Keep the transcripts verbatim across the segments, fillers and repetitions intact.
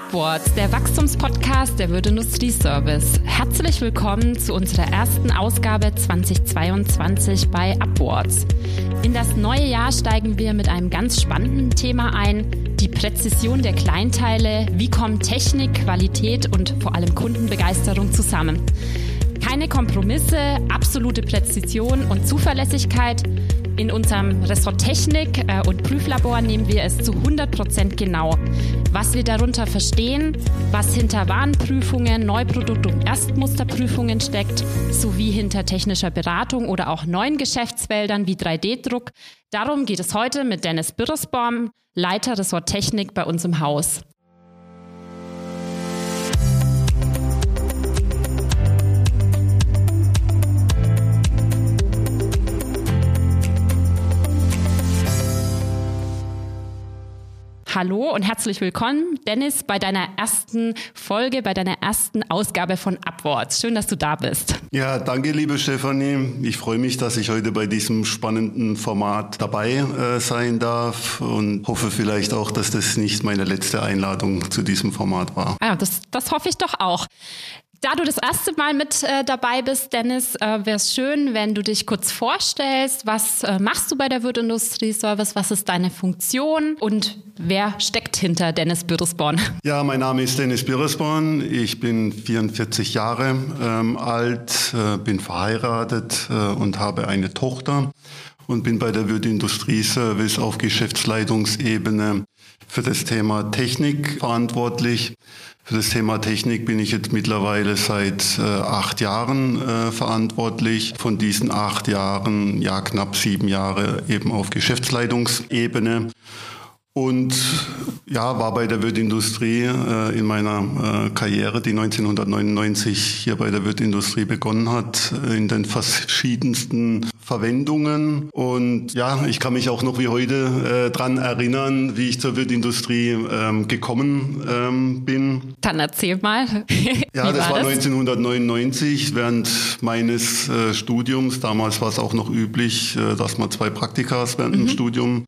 Upwards, der Wachstumspodcast der Würth Industrie Service. Herzlich willkommen zu unserer ersten Ausgabe zweitausendzweiundzwanzig bei Upwards. In das neue Jahr steigen wir mit einem ganz spannenden Thema ein, die Präzision der Kleinteile. Wie kommen Technik, Qualität und vor allem Kundenbegeisterung zusammen? Keine Kompromisse, absolute Präzision und Zuverlässigkeit. In unserem Ressort Technik und Prüflabor nehmen wir es zu hundert Prozent genau. Was wir darunter verstehen, was hinter Warenprüfungen, Neuprodukt- und Erstmusterprüfungen steckt, sowie hinter technischer Beratung oder auch neuen Geschäftsfeldern wie drei D Druck. Darum geht es heute mit Dennis Birresbaum, Leiter Ressort Technik bei uns im Haus. Hallo und herzlich willkommen, Dennis, bei deiner ersten Folge, bei deiner ersten Ausgabe von Upwards. Schön, dass du da bist. Ja, danke, liebe Stefanie. Ich freue mich, dass ich heute bei diesem spannenden Format dabei äh, sein darf und hoffe vielleicht auch, dass das nicht meine letzte Einladung zu diesem Format war. Ja, das, das hoffe ich doch auch. Da du das erste Mal mit äh, dabei bist, Dennis, äh, wäre es schön, wenn du dich kurz vorstellst. Was äh, machst du bei der Würth Industrie Service? Was ist deine Funktion? Und wer steckt hinter Dennis Birresbaum? Ja, mein Name ist Dennis Birresbaum. Ich bin vierundvierzig Jahre ähm, alt, äh, bin verheiratet äh, und habe eine Tochter und bin bei der Würth Industrie Service auf Geschäftsleitungsebene für das Thema Technik verantwortlich. Für das Thema Technik bin ich jetzt mittlerweile seit äh, acht Jahren äh, verantwortlich. Von diesen acht Jahren, ja knapp sieben Jahre eben auf Geschäftsleitungsebene. Und ja, war bei der Würth Industrie äh, in meiner äh, Karriere, die neunzehnhundertneunundneunzig hier bei der Würth Industrie begonnen hat, äh, in den verschiedensten Verwendungen. Und ja, ich kann mich auch noch wie heute äh, dran erinnern, wie ich zur Würth Industrie ähm, gekommen ähm, bin. Dann erzähl mal. Ja, das war, war das? neunzehnhundertneunundneunzig während meines äh, Studiums. Damals war es auch noch üblich, äh, dass man zwei Praktikas während mhm. dem Studium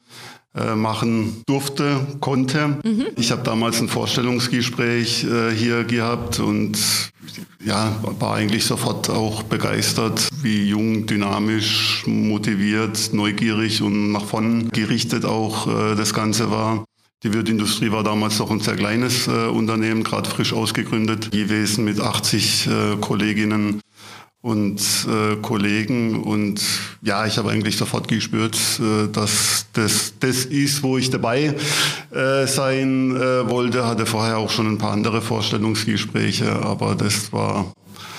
machen durfte, konnte. Mhm. Ich habe damals ein Vorstellungsgespräch äh, hier gehabt und ja, war eigentlich sofort auch begeistert, wie jung, dynamisch, motiviert, neugierig und nach vorn gerichtet auch äh, das Ganze war. Die Würth Industrie war damals noch ein sehr kleines äh, Unternehmen, gerade frisch ausgegründet gewesen mit achtzig äh, Kolleginnen und äh, Kollegen. Und ja, ich habe eigentlich sofort gespürt, äh, dass das das ist, wo ich dabei äh, sein äh, wollte. Hatte vorher auch schon ein paar andere Vorstellungsgespräche, aber das war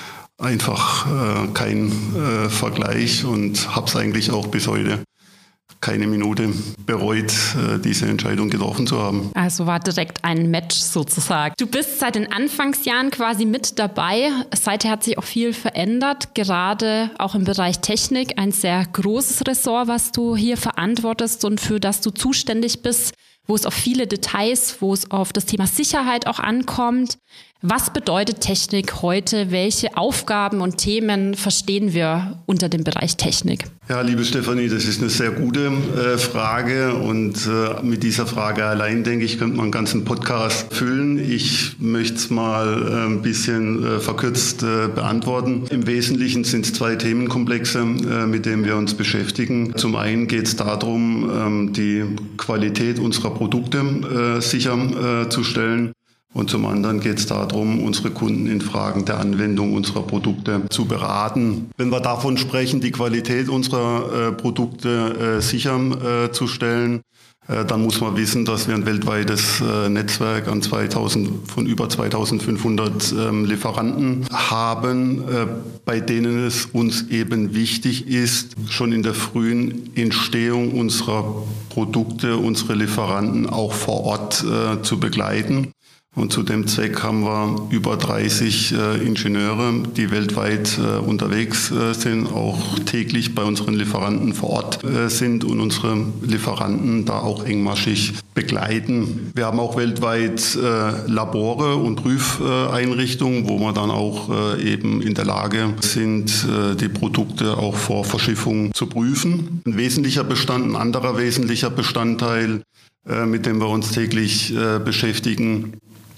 einfach äh, kein äh, Vergleich und habe es eigentlich auch bis heute keine Minute bereut, diese Entscheidung getroffen zu haben. Also war direkt ein Match sozusagen. Du bist seit den Anfangsjahren quasi mit dabei. Seither hat sich auch viel verändert, gerade auch im Bereich Technik. Ein sehr großes Ressort, was du hier verantwortest und für das du zuständig bist, wo es auf viele Details, wo es auf das Thema Sicherheit auch ankommt. Was bedeutet Technik heute? Welche Aufgaben und Themen verstehen wir unter dem Bereich Technik? Ja, liebe Stefanie, das ist eine sehr gute äh, Frage und äh, mit dieser Frage allein, denke ich, könnte man einen ganzen Podcast füllen. Ich möchte es mal äh, ein bisschen äh, verkürzt äh, beantworten. Im Wesentlichen sind es zwei Themenkomplexe, äh, mit denen wir uns beschäftigen. Zum einen geht es darum, ähm, die Qualität unserer Produkte äh, sicherzustellen. Und zum anderen geht es darum, unsere Kunden in Fragen der Anwendung unserer Produkte zu beraten. Wenn wir davon sprechen, die Qualität unserer äh, Produkte äh, sicherzustellen, äh, dann muss man wissen, dass wir ein weltweites äh, Netzwerk an zweitausend, von über zweitausendfünfhundert ähm, Lieferanten haben, äh, bei denen es uns eben wichtig ist, schon in der frühen Entstehung unserer Produkte, unsere Lieferanten auch vor Ort äh, zu begleiten. Und zu dem Zweck haben wir über dreißig äh, Ingenieure, die weltweit äh, unterwegs äh, sind, auch täglich bei unseren Lieferanten vor Ort äh, sind und unsere Lieferanten da auch engmaschig begleiten. Wir haben auch weltweit äh, Labore und Prüfeinrichtungen, wo wir dann auch äh, eben in der Lage sind, äh, die Produkte auch vor Verschiffung zu prüfen. Ein wesentlicher Bestand, ein anderer wesentlicher Bestandteil, äh, mit dem wir uns täglich äh, beschäftigen,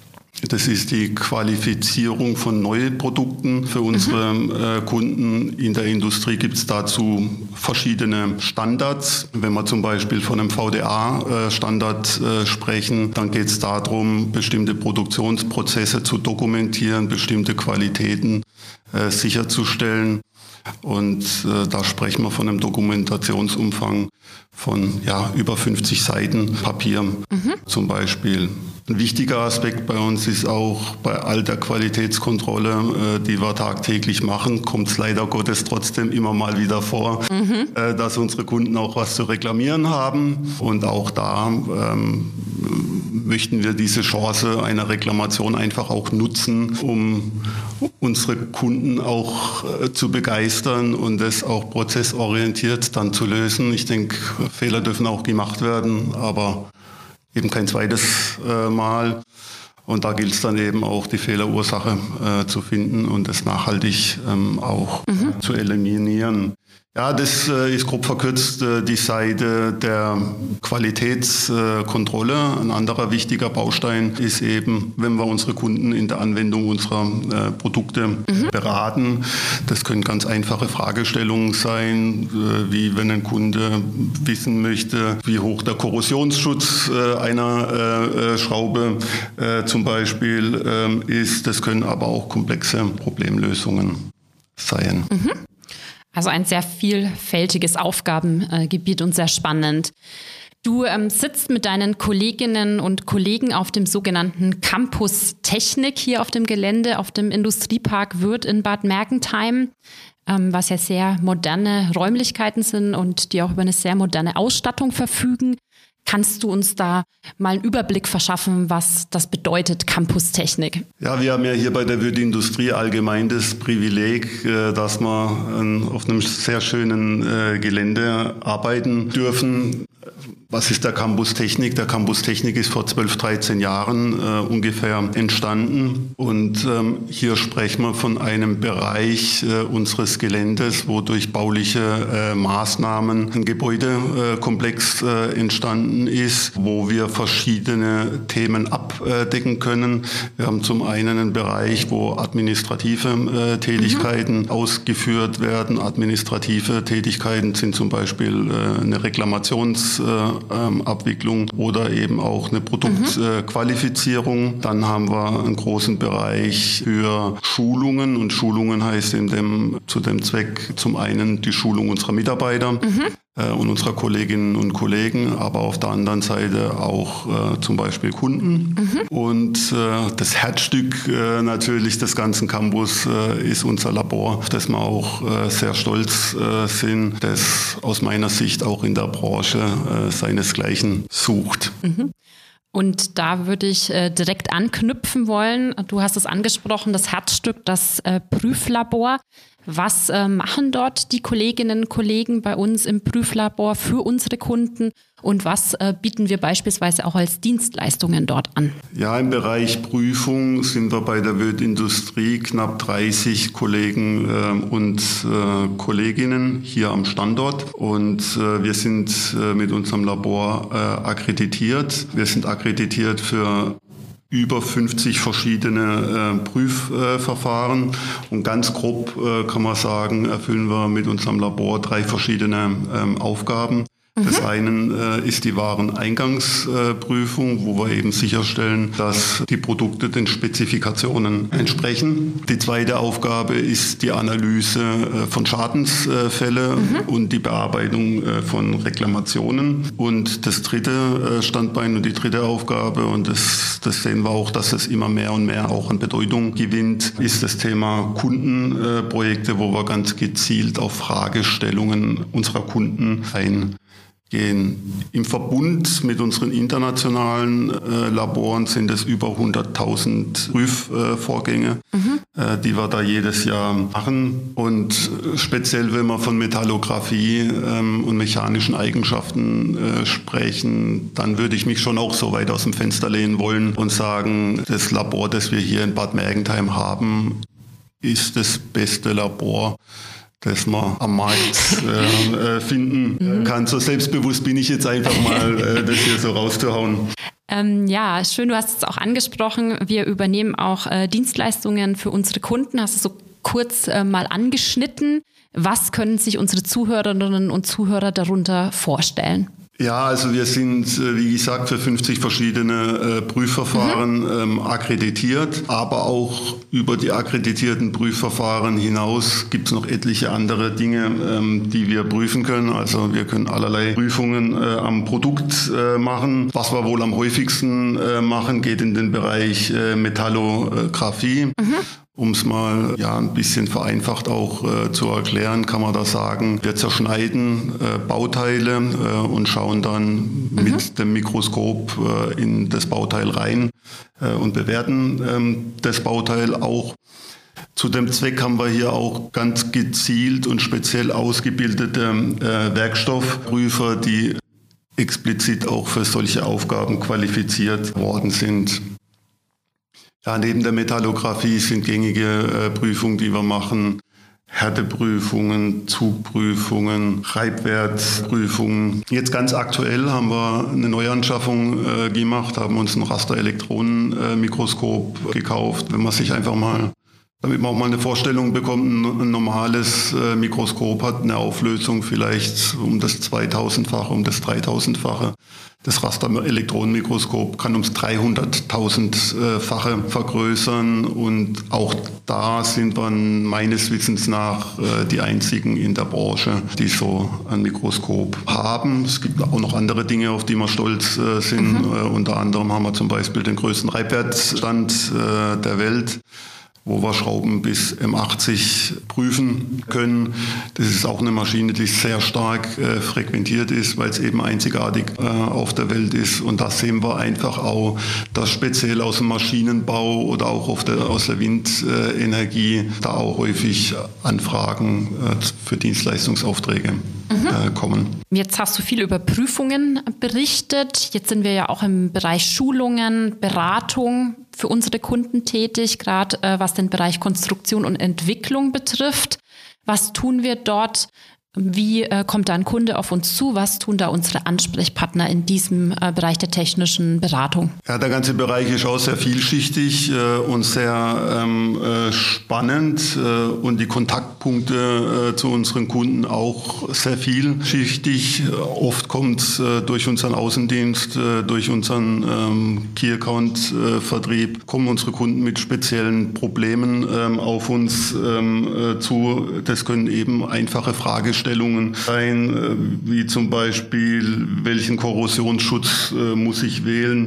Das ist die Qualifizierung von neuen Produkten für unsere mhm. äh, Kunden. In der Industrie gibt es dazu verschiedene Standards. Wenn wir zum Beispiel von einem V D A-Standard äh, sprechen, dann geht es darum, bestimmte Produktionsprozesse zu dokumentieren, bestimmte Qualitäten äh, sicherzustellen. Und äh, da sprechen wir von einem Dokumentationsumfang von ja, über fünfzig Seiten Papier mhm. zum Beispiel. Ein wichtiger Aspekt bei uns ist auch bei all der Qualitätskontrolle, äh, die wir tagtäglich machen, kommt es leider Gottes trotzdem immer mal wieder vor, mhm. äh, dass unsere Kunden auch was zu reklamieren haben. Und auch da ähm, möchten wir diese Chance einer Reklamation einfach auch nutzen, um unsere Kunden auch äh, zu begeistern und es auch prozessorientiert dann zu lösen. Ich denke, Fehler dürfen auch gemacht werden, aber eben kein zweites äh, Mal. Und da gilt es dann eben auch, die Fehlerursache äh, zu finden und es nachhaltig ähm, auch mhm. zu eliminieren. Ja, das äh, ist grob verkürzt äh, die Seite der Qualitätskontrolle. Äh, Ein anderer wichtiger Baustein ist eben, wenn wir unsere Kunden in der Anwendung unserer äh, Produkte mhm. beraten. Das können ganz einfache Fragestellungen sein, äh, wie wenn ein Kunde wissen möchte, wie hoch der Korrosionsschutz äh, einer äh, Schraube äh, zum Beispiel äh, ist. Das können aber auch komplexe Problemlösungen sein. Mhm. Also ein sehr vielfältiges Aufgabengebiet und sehr spannend. Du ähm, sitzt mit deinen Kolleginnen und Kollegen auf dem sogenannten Campus Technik hier auf dem Gelände, auf dem Industriepark Würth in Bad Mergentheim, ähm, was ja sehr moderne Räumlichkeiten sind und die auch über eine sehr moderne Ausstattung verfügen. Kannst du uns da mal einen Überblick verschaffen, was das bedeutet, Campus Technik? Ja, wir haben ja hier bei der Würth Industrie allgemein das Privileg, dass wir auf einem sehr schönen Gelände arbeiten dürfen. Was ist der Campus Technik? Der Campus Technik ist vor zwölf, dreizehn Jahren äh, ungefähr entstanden. Und ähm, hier sprechen wir von einem Bereich äh, unseres Geländes, wo durch bauliche äh, Maßnahmen ein Gebäudekomplex äh, entstanden ist, wo wir verschiedene Themen abdecken können. Wir haben zum einen einen Bereich, wo administrative äh, Tätigkeiten mhm. ausgeführt werden. Administrative Tätigkeiten sind zum Beispiel äh, eine Reklamations- Abwicklung oder eben auch eine Produktqualifizierung. Mhm. Dann haben wir einen großen Bereich für Schulungen und Schulungen heißt in dem, zu dem Zweck zum einen die Schulung unserer Mitarbeiter. Mhm. und unserer Kolleginnen und Kollegen, aber auf der anderen Seite auch äh, zum Beispiel Kunden. Mhm. Und äh, das Herzstück äh, natürlich des ganzen Campus äh, ist unser Labor, auf das wir auch äh, sehr stolz äh, sind, das aus meiner Sicht auch in der Branche äh, seinesgleichen sucht. Mhm. Und da würde ich äh, direkt anknüpfen wollen. Du hast es angesprochen, das Herzstück, das äh, Prüflabor. Was äh, machen dort die Kolleginnen und Kollegen bei uns im Prüflabor für unsere Kunden und was äh, bieten wir beispielsweise auch als Dienstleistungen dort an? Ja, im Bereich Prüfung sind wir bei der Würth Industrie knapp dreißig Kollegen äh, und äh, Kolleginnen hier am Standort und äh, wir sind äh, mit unserem Labor äh, akkreditiert. Wir sind akkreditiert für über fünfzig verschiedene äh, Prüfverfahren und ganz grob äh, kann man sagen, erfüllen wir mit unserem Labor drei verschiedene ähm, Aufgaben. Mhm. Das eine äh, ist die Wareneingangsprüfung, äh, wo wir eben sicherstellen, dass die Produkte den Spezifikationen entsprechen. Die zweite Aufgabe ist die Analyse äh, von Schadensfällen mhm. und die Bearbeitung äh, von Reklamationen. Und das dritte äh, Standbein und die dritte Aufgabe, und das, das sehen wir auch, dass es immer mehr und mehr auch an Bedeutung gewinnt, ist das Thema Kundenprojekte, äh, wo wir ganz gezielt auf Fragestellungen unserer Kunden eingehen. Im Verbund mit unseren internationalen äh, Laboren sind es über hunderttausend Prüfvorgänge, äh, mhm. äh, die wir da jedes Jahr machen. Und speziell, wenn wir von Metallographie ähm, und mechanischen Eigenschaften äh, sprechen, dann würde ich mich schon auch so weit aus dem Fenster lehnen wollen und sagen, das Labor, das wir hier in Bad Mergentheim haben, ist das beste Labor, das man am Markt äh, finden kann. So selbstbewusst bin ich jetzt einfach mal, äh, das hier so rauszuhauen. Ähm, ja, schön, du hast es auch angesprochen. Wir übernehmen auch äh, Dienstleistungen für unsere Kunden. Hast du so kurz äh, mal angeschnitten. Was können sich unsere Zuhörerinnen und Zuhörer darunter vorstellen? Ja, also wir sind, wie gesagt, für fünfzig verschiedene äh, Prüfverfahren mhm. ähm, akkreditiert, aber auch über die akkreditierten Prüfverfahren hinaus gibt es noch etliche andere Dinge, ähm, die wir prüfen können. Also wir können allerlei Prüfungen äh, am Produkt äh, machen. Was wir wohl am häufigsten äh, machen, geht in den Bereich äh, Metallographie. Mhm. Um es mal ja ein bisschen vereinfacht auch äh, zu erklären, kann man da sagen, wir zerschneiden äh, Bauteile äh, und schauen dann mhm. mit dem Mikroskop äh, in das Bauteil rein äh, und bewerten ähm, das Bauteil auch. Zu dem Zweck haben wir hier auch ganz gezielt und speziell ausgebildete äh, Werkstoffprüfer, die explizit auch für solche Aufgaben qualifiziert worden sind. Ja, neben der Metallographie sind gängige äh, Prüfungen, die wir machen, Härteprüfungen, Zugprüfungen, Reibwertprüfungen. Jetzt ganz aktuell haben wir eine Neuanschaffung äh, gemacht, haben uns ein Rasterelektronenmikroskop äh, gekauft. Wenn man sich einfach mal, damit man auch mal eine Vorstellung bekommt, ein, ein normales äh, Mikroskop hat eine Auflösung vielleicht um das zweitausendfache, um das dreitausendfache. Das Rasterelektronenmikroskop kann ums dreihunderttausendfache vergrößern und auch da sind wir meines Wissens nach die einzigen in der Branche, die so ein Mikroskop haben. Es gibt auch noch andere Dinge, auf die wir stolz sind. Mhm. Unter anderem haben wir zum Beispiel den größten Reibwertstand der Welt, wo wir Schrauben bis M achtzig prüfen können. Das ist auch eine Maschine, die sehr stark äh, frequentiert ist, weil es eben einzigartig äh, auf der Welt ist. Und da sehen wir einfach auch, dass speziell aus dem Maschinenbau oder auch auf der, aus der Windenergie äh, da auch häufig Anfragen äh, für Dienstleistungsaufträge mhm. äh, kommen. Jetzt hast du viel über Prüfungen berichtet. Jetzt sind wir ja auch im Bereich Schulungen, Beratung für unsere Kunden tätig, gerade äh, was den Bereich Konstruktion und Entwicklung betrifft. Was tun wir dort? Wie äh, kommt da ein Kunde auf uns zu? Was tun da unsere Ansprechpartner in diesem äh, Bereich der technischen Beratung? Ja, der ganze Bereich ist auch sehr vielschichtig äh, und sehr ähm, äh, spannend äh, und die Kontaktpunkte äh, zu unseren Kunden auch sehr vielschichtig. Oft kommt äh, durch unseren Außendienst, äh, durch unseren ähm, Key-Account-Vertrieb, äh, kommen unsere Kunden mit speziellen Problemen äh, auf uns äh, zu. Das können eben einfache Fragestellungen sein, wie zum Beispiel, welchen Korrosionsschutz äh, muss ich wählen,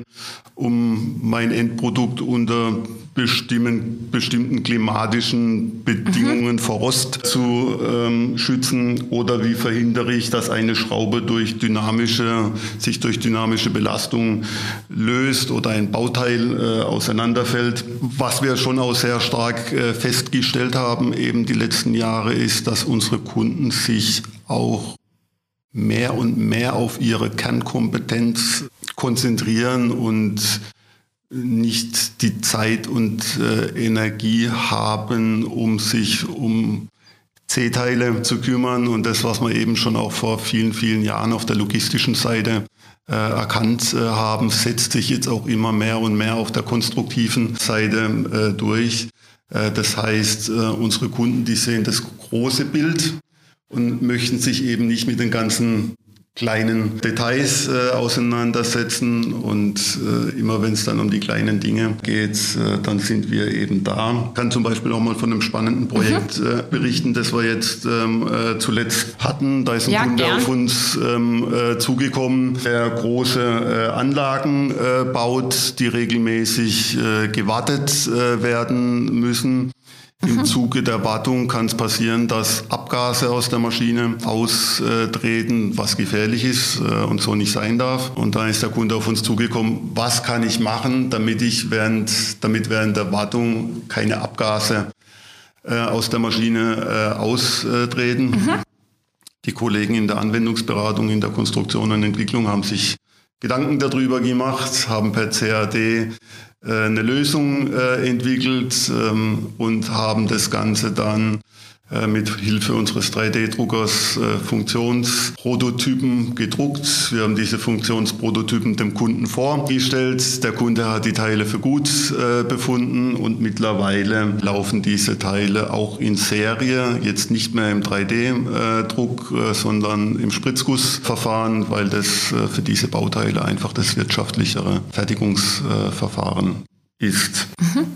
um mein Endprodukt unter bestimmen, bestimmten klimatischen Bedingungen mhm. vor Rost zu ähm, schützen, oder wie verhindere ich, dass eine Schraube durch dynamische, sich durch dynamische Belastung löst oder ein Bauteil äh, auseinanderfällt. Was wir schon auch sehr stark äh, festgestellt haben, eben die letzten Jahre, ist, dass unsere Kunden sich auch mehr und mehr auf ihre Kernkompetenz konzentrieren und nicht die Zeit und äh, Energie haben, um sich um C-Teile zu kümmern. Und das, was wir eben schon auch vor vielen, vielen Jahren auf der logistischen Seite äh, erkannt äh, haben, setzt sich jetzt auch immer mehr und mehr auf der konstruktiven Seite äh, durch. Äh, das heißt, äh, unsere Kunden, die sehen das große Bild und möchten sich eben nicht mit den ganzen kleinen Details äh, auseinandersetzen, und äh, immer wenn es dann um die kleinen Dinge geht, äh, dann sind wir eben da. Ich kann zum Beispiel auch mal von einem spannenden Projekt äh, berichten, das wir jetzt ähm, äh, zuletzt hatten. Da ist ein ja, Kunde gern. auf uns ähm, äh, zugekommen, der große äh, Anlagen äh, baut, die regelmäßig äh, gewartet äh, werden müssen. Im Zuge der Wartung kann es passieren, dass Abgase aus der Maschine austreten, was gefährlich ist und so nicht sein darf. Und da ist der Kunde auf uns zugekommen, was kann ich machen, damit ich während, damit während der Wartung keine Abgase äh, aus der Maschine äh, austreten. Mhm. Die Kollegen in der Anwendungsberatung, in der Konstruktion und Entwicklung haben sich Gedanken darüber gemacht, haben per C A D eine Lösung äh, entwickelt ähm, und haben das Ganze dann mit Hilfe unseres drei D Druckers Funktionsprototypen gedruckt. Wir haben diese Funktionsprototypen dem Kunden vorgestellt. Der Kunde hat die Teile für gut befunden und mittlerweile laufen diese Teile auch in Serie, jetzt nicht mehr im drei D Druck, sondern im Spritzgussverfahren, weil das für diese Bauteile einfach das wirtschaftlichere Fertigungsverfahren ist. Mhm.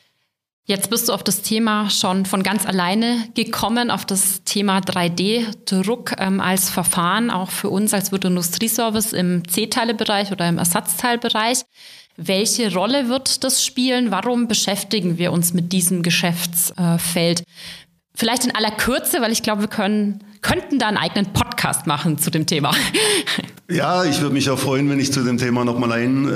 Jetzt bist du auf das Thema schon von ganz alleine gekommen, auf das Thema drei D Druck ähm, als Verfahren, auch für uns als Wirt Industrieservice im C-Teile-Bereich oder im Ersatzteilbereich. Welche Rolle wird das spielen? Warum beschäftigen wir uns mit diesem Geschäftsfeld? Vielleicht in aller Kürze, weil ich glaube, wir können, könnten da einen eigenen Podcast machen zu dem Thema. Ja, ich würde mich auch freuen, wenn ich zu dem Thema nochmal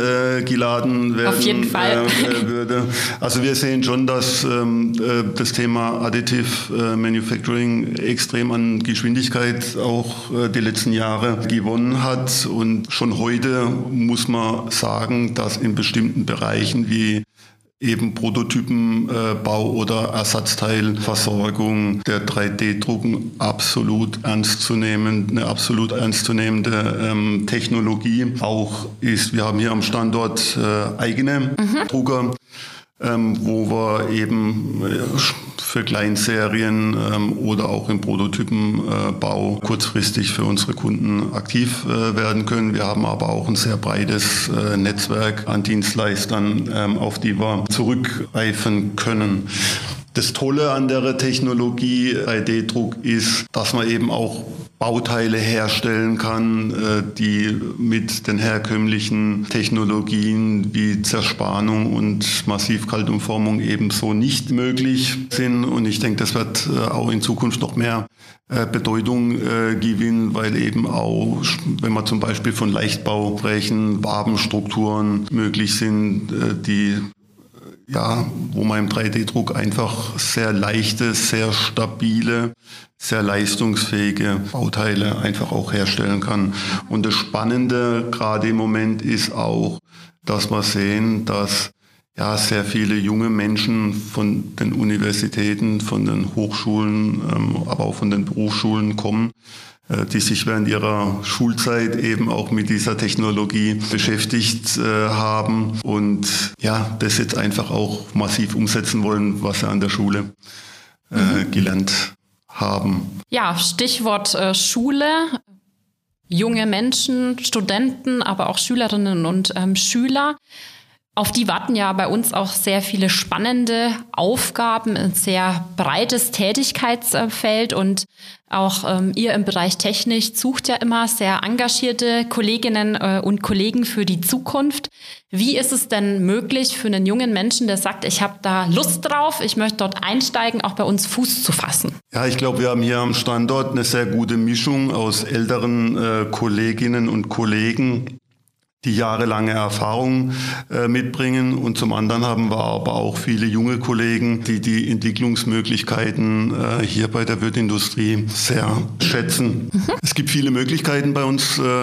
eingeladen werden Auf jeden Fall. äh, würde. Also wir sehen schon, dass ähm, das Thema Additive äh, Manufacturing extrem an Geschwindigkeit auch äh, die letzten Jahre gewonnen hat. Und schon heute muss man sagen, dass in bestimmten Bereichen wie eben Prototypenbau oder Ersatzteilversorgung der drei D Drucken absolut ernst zu nehmen, eine absolut ernstzunehmende ähm, Technologie auch ist. Wir haben hier am Standort äh, eigene mhm. Drucker, ähm, wo wir eben äh, für Kleinserien ähm, oder auch im Prototypenbau äh, kurzfristig für unsere Kunden aktiv äh, werden können. Wir haben aber auch ein sehr breites äh, Netzwerk an Dienstleistern, ähm, auf die wir zurückgreifen können. Das Tolle an der Technologie drei D Druck ist, dass man eben auch Bauteile herstellen kann, die mit den herkömmlichen Technologien wie Zerspannung und Massivkaltumformung ebenso nicht möglich sind. Und ich denke, das wird auch in Zukunft noch mehr Bedeutung gewinnen, weil eben auch, wenn wir zum Beispiel von Leichtbau sprechen, Wabenstrukturen möglich sind, die ja, wo man im drei D Druck einfach sehr leichte, sehr stabile, sehr leistungsfähige Bauteile einfach auch herstellen kann. Und das Spannende gerade im Moment ist auch, dass wir sehen, dass ja sehr viele junge Menschen von den Universitäten, von den Hochschulen, ähm, aber auch von den Berufsschulen kommen, die sich während ihrer Schulzeit eben auch mit dieser Technologie beschäftigt äh, haben und ja, das jetzt einfach auch massiv umsetzen wollen, was sie an der Schule äh, mhm. gelernt haben. Ja, Stichwort äh, Schule. Junge Menschen, Studenten, aber auch Schülerinnen und ähm, Schüler. Auf die warten ja bei uns auch sehr viele spannende Aufgaben, ein sehr breites Tätigkeitsfeld und auch ähm, ihr im Bereich Technik sucht ja immer sehr engagierte Kolleginnen äh, und Kollegen für die Zukunft. Wie ist es denn möglich für einen jungen Menschen, der sagt, ich habe da Lust drauf, ich möchte dort einsteigen, auch bei uns Fuß zu fassen? Ja, ich glaube, wir haben hier am Standort eine sehr gute Mischung aus älteren äh, Kolleginnen und Kollegen, die jahrelange Erfahrung äh, mitbringen. Und zum anderen haben wir aber auch viele junge Kollegen, die die Entwicklungsmöglichkeiten äh, hier bei der Wirtindustrie sehr schätzen. Mhm. Es gibt viele Möglichkeiten bei uns äh,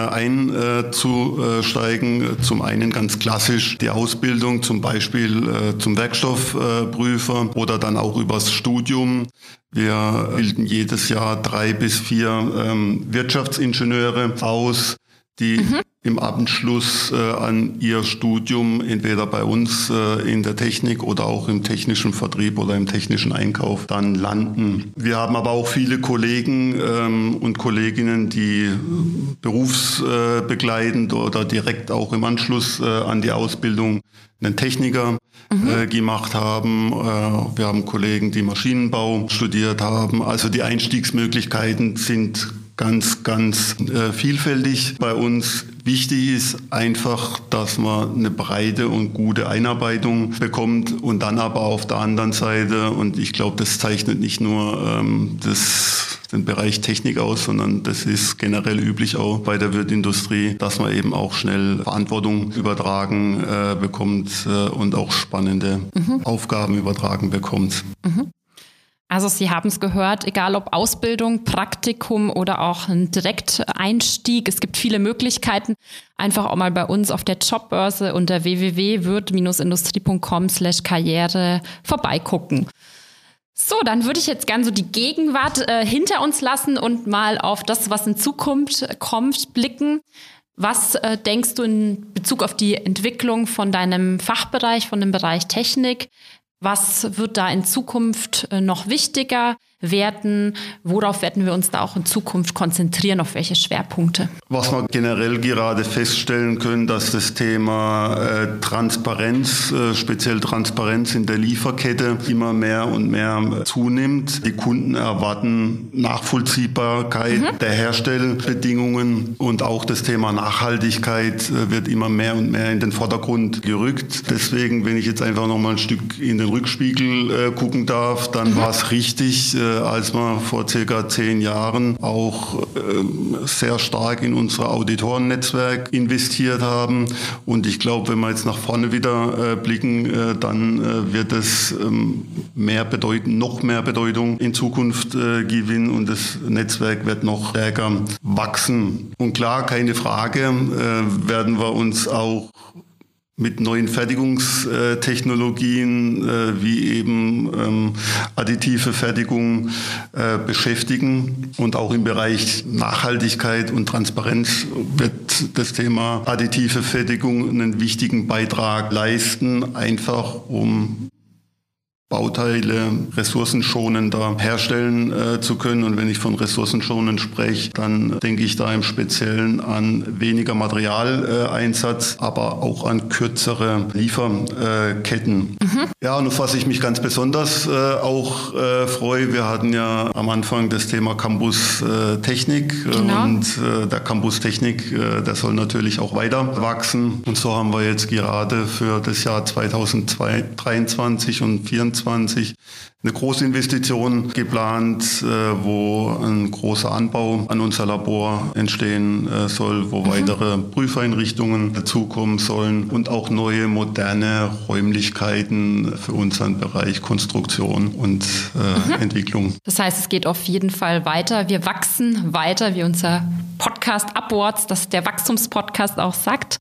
einzusteigen. Zum einen ganz klassisch die Ausbildung, zum Beispiel äh, zum Werkstoffprüfer oder dann auch übers Studium. Wir bilden jedes Jahr drei bis vier ähm, Wirtschaftsingenieure aus, die mhm. im Abschluss äh, an ihr Studium entweder bei uns äh, in der Technik oder auch im technischen Vertrieb oder im technischen Einkauf dann landen. Wir haben aber auch viele Kollegen ähm, und Kolleginnen, die berufsbegleitend äh, oder direkt auch im Anschluss äh, an die Ausbildung einen Techniker mhm. äh, gemacht haben. Äh, wir haben Kollegen, die Maschinenbau studiert haben. Also die Einstiegsmöglichkeiten sind ganz, ganz äh, vielfältig bei uns. Wichtig ist einfach, dass man eine breite und gute Einarbeitung bekommt und dann aber auf der anderen Seite, und ich glaube, das zeichnet nicht nur ähm, das, den Bereich Technik aus, sondern das ist generell üblich auch bei der Wirtindustrie, dass man eben auch schnell Verantwortung übertragen äh, bekommt äh, und auch spannende mhm. Aufgaben übertragen bekommt. Mhm. Also Sie haben es gehört, egal ob Ausbildung, Praktikum oder auch ein Direkteinstieg. Es gibt viele Möglichkeiten. Einfach auch mal bei uns auf der Jobbörse unter w w w punkt wirt Industrie punkt com slash karriere vorbeigucken. So, dann würde ich jetzt gern so die Gegenwart äh, hinter uns lassen und mal auf das, was in Zukunft kommt, blicken. Was äh, denkst du in Bezug auf die Entwicklung von deinem Fachbereich, von dem Bereich Technik? Was wird da in Zukunft äh, noch wichtiger werden? Worauf werden wir uns da auch in Zukunft konzentrieren? Auf welche Schwerpunkte? Was wir generell gerade feststellen können, dass das Thema äh, Transparenz, äh, speziell Transparenz in der Lieferkette, immer mehr und mehr zunimmt. Die Kunden erwarten Nachvollziehbarkeit mhm. der Herstellbedingungen und auch das Thema Nachhaltigkeit äh, wird immer mehr und mehr in den Vordergrund gerückt. Deswegen, wenn ich jetzt einfach noch mal ein Stück in den Rückspiegel äh, gucken darf, dann mhm. war es richtig, äh, als wir vor circa zehn Jahren auch äh, sehr stark in unser Auditorennetzwerk investiert haben. Und ich glaube, wenn wir jetzt nach vorne wieder äh, blicken, äh, dann äh, wird es ähm, mehr bedeuten, noch mehr Bedeutung in Zukunft äh, gewinnen und das Netzwerk wird noch stärker wachsen. Und klar, keine Frage, äh, werden wir uns auch mit neuen Fertigungstechnologien äh, wie eben ähm, additive Fertigung äh, beschäftigen. Und auch im Bereich Nachhaltigkeit und Transparenz wird das Thema additive Fertigung einen wichtigen Beitrag leisten, einfach um Bauteile ressourcenschonender herstellen äh, zu können. Und wenn ich von ressourcenschonend spreche, dann denke ich da im Speziellen an weniger Materialeinsatz, äh, aber auch an kürzere Lieferketten. Mhm. Ja, und auf was ich mich ganz besonders äh, auch äh, freue, wir hatten ja am Anfang das Thema Campus äh, Technik genau. und äh, der Campus Technik, äh, der soll natürlich auch weiter wachsen. Und so haben wir jetzt gerade für das Jahr zweitausenddreiundzwanzig und zweitausendvierundzwanzig eine große Investition geplant, wo ein großer Anbau an unser Labor entstehen soll, wo mhm. weitere Prüfeinrichtungen dazukommen sollen und auch neue, moderne Räumlichkeiten für unseren Bereich Konstruktion und äh, mhm. Entwicklung. Das heißt, es geht auf jeden Fall weiter. Wir wachsen weiter, wie unser Podcast Upwards, das der Wachstumspodcast auch sagt.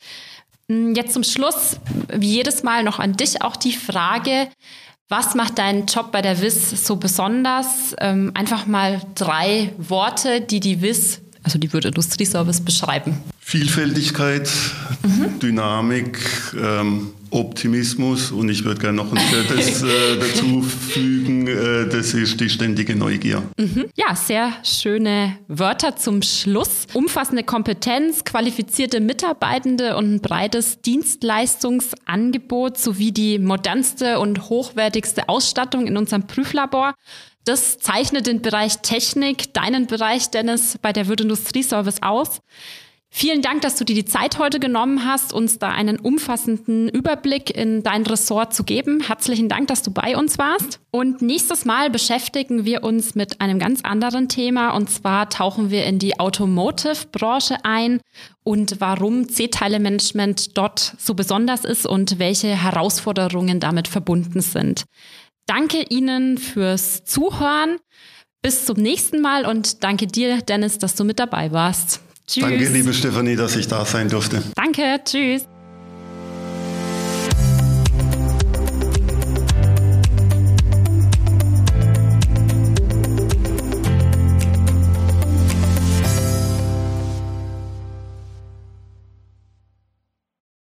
Jetzt zum Schluss, wie jedes Mal noch an dich auch die Frage: Was macht deinen Job bei der W I S so besonders? Ähm, einfach mal drei Worte, die die W I S, also die Würth Industrieservice, beschreiben. Vielfältigkeit, mhm. Dynamik, ähm, Optimismus und ich würde gerne noch ein viertes äh, dazu fügen, äh, das ist die ständige Neugier. Mhm. Ja, sehr schöne Wörter zum Schluss. Umfassende Kompetenz, qualifizierte Mitarbeitende und ein breites Dienstleistungsangebot sowie die modernste und hochwertigste Ausstattung in unserem Prüflabor. Das zeichnet den Bereich Technik, deinen Bereich, Dennis, bei der Würth Industrieservice aus. Vielen Dank, dass du dir die Zeit heute genommen hast, uns da einen umfassenden Überblick in dein Ressort zu geben. Herzlichen Dank, dass du bei uns warst. Und nächstes Mal beschäftigen wir uns mit einem ganz anderen Thema. Und zwar tauchen wir in die Automotive-Branche ein und warum C-Teile-Management dort so besonders ist und welche Herausforderungen damit verbunden sind. Danke Ihnen fürs Zuhören. Bis zum nächsten Mal und danke dir, Dennis, dass du mit dabei warst. Tschüss. Danke, liebe Stefanie, dass ich da sein durfte. Danke, tschüss.